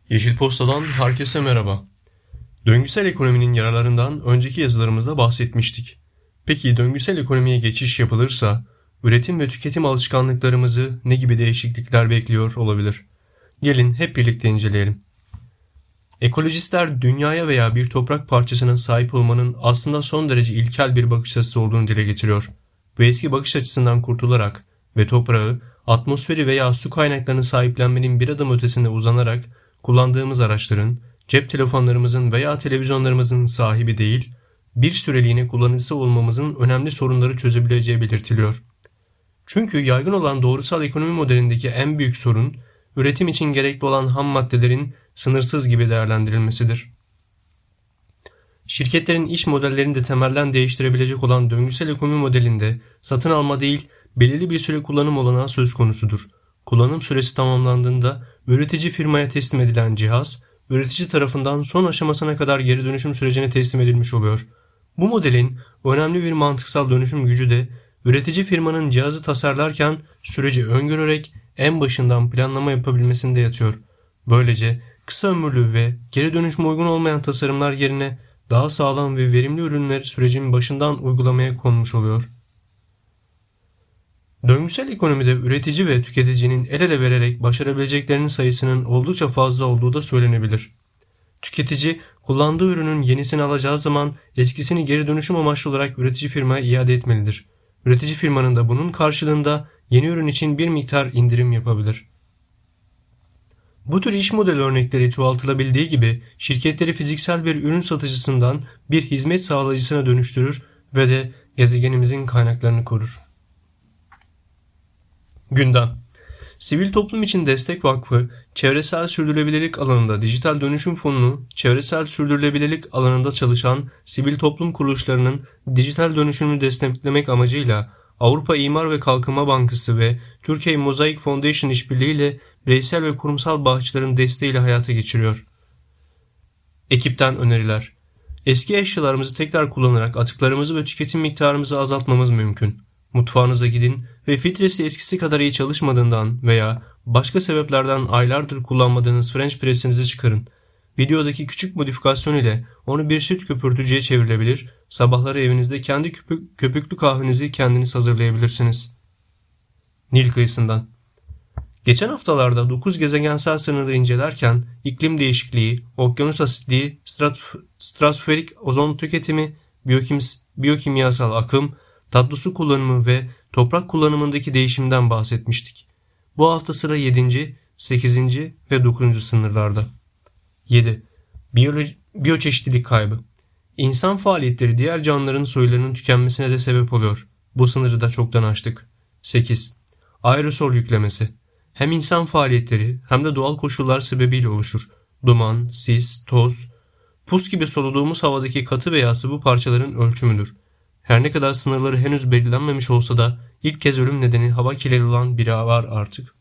Yeşil Posta'dan herkese merhaba. Döngüsel ekonominin yararlarından önceki yazılarımızda bahsetmiştik. Peki döngüsel ekonomiye geçiş yapılırsa üretim ve tüketim alışkanlıklarımızı ne gibi değişiklikler bekliyor olabilir? Gelin hep birlikte inceleyelim. Ekolojistler dünyaya veya bir toprak parçasına sahip olmanın aslında son derece ilkel bir bakış açısı olduğunu dile getiriyor. Bu eski bakış açısından kurtularak ve toprağı, atmosferi veya su kaynaklarını sahiplenmenin bir adım ötesine uzanarak kullandığımız araçların, cep telefonlarımızın veya televizyonlarımızın sahibi değil, bir süreliğine kullanıcısı olmamızın önemli sorunları çözebileceği belirtiliyor. Çünkü yaygın olan doğrusal ekonomi modelindeki en büyük sorun, üretim için gerekli olan ham maddelerin sınırsız gibi değerlendirilmesidir. Şirketlerin iş modellerini de temelden değiştirebilecek olan döngüsel ekonomi modelinde satın alma değil, belirli bir süre kullanım olanağı söz konusudur. Kullanım süresi tamamlandığında üretici firmaya teslim edilen cihaz, üretici tarafından son aşamasına kadar geri dönüşüm sürecine teslim edilmiş oluyor. Bu modelin önemli bir mantıksal dönüşüm gücü de üretici firmanın cihazı tasarlarken süreci öngörerek en başından planlama yapabilmesinde yatıyor. Böylece kısa ömürlü ve geri dönüşüme uygun olmayan tasarımlar yerine daha sağlam ve verimli ürünler sürecin başından uygulamaya konmuş oluyor. Döngüsel ekonomide üretici ve tüketicinin el ele vererek başarabileceklerinin sayısının oldukça fazla olduğu da söylenebilir. Tüketici, kullandığı ürünün yenisini alacağı zaman eskisini geri dönüşüm amaçlı olarak üretici firmaya iade etmelidir. Üretici firmanın da bunun karşılığında yeni ürün için bir miktar indirim yapabilir. Bu tür iş modeli örnekleri çoğaltılabildiği gibi şirketleri fiziksel bir ürün satıcısından bir hizmet sağlayıcısına dönüştürür ve de gezegenimizin kaynaklarını korur. Gündem. Sivil Toplum İçin Destek Vakfı, çevresel sürdürülebilirlik alanında dijital dönüşüm fonunu, çevresel sürdürülebilirlik alanında çalışan sivil toplum kuruluşlarının dijital dönüşümünü desteklemek amacıyla Avrupa İmar ve Kalkınma Bankası ve Türkiye Mosaic Foundation işbirliğiyle bireysel ve kurumsal bağışçıların desteğiyle hayata geçiriyor. Ekipten öneriler. Eski eşyalarımızı tekrar kullanarak atıklarımızı ve tüketim miktarımızı azaltmamız mümkün. Mutfağınıza gidin ve filtresi eskisi kadar iyi çalışmadığından veya başka sebeplerden aylardır kullanmadığınız French press'inizi çıkarın. Videodaki küçük modifikasyon ile onu bir süt köpürtücüye çevrilebilir, sabahları evinizde kendi köpüklü kahvenizi kendiniz hazırlayabilirsiniz. Nil kıyısından. Geçen haftalarda 9 gezegensel sınırları incelerken iklim değişikliği, okyanus asitliği, stratosferik ozon tüketimi, biyokimyasal akım, tatlı su kullanımı ve toprak kullanımındaki değişimden bahsetmiştik. Bu hafta sıra 7. 8. ve 9. sınırlarda. 7. Biyoçeşitlilik kaybı. İnsan faaliyetleri diğer canlıların soylarının tükenmesine de sebep oluyor. Bu sınırı da çoktan aştık. 8. Aerosol yüklemesi. Hem insan faaliyetleri hem de doğal koşullar sebebiyle oluşur. Duman, sis, toz, pus gibi soluduğumuz havadaki katı veya sıvı parçaların ölçümüdür. Her ne kadar sınırları henüz belirlenmemiş olsa da ilk kez ölüm nedeni hava kirliliği olan biri var artık.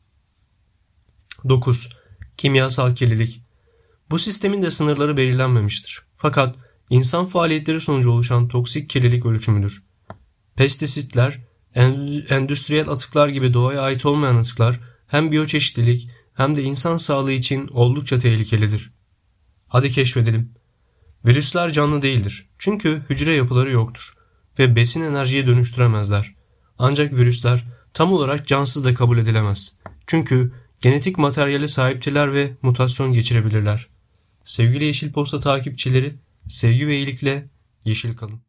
9. Kimyasal kirlilik. Bu sistemin de sınırları belirlenmemiştir. Fakat insan faaliyetleri sonucu oluşan toksik kirlilik ölçümüdür. Pestisitler, endüstriyel atıklar gibi doğaya ait olmayan atıklar hem biyoçeşitlilik hem de insan sağlığı için oldukça tehlikelidir. Hadi keşfedelim. Virüsler canlı değildir. Çünkü hücre yapıları yoktur ve besin enerjiye dönüştüremezler. Ancak virüsler tam olarak cansız da kabul edilemez. Çünkü genetik materyale sahiptirler ve mutasyon geçirebilirler. Sevgili Yeşil Posta takipçileri, sevgi ve iyilikle yeşil kalın.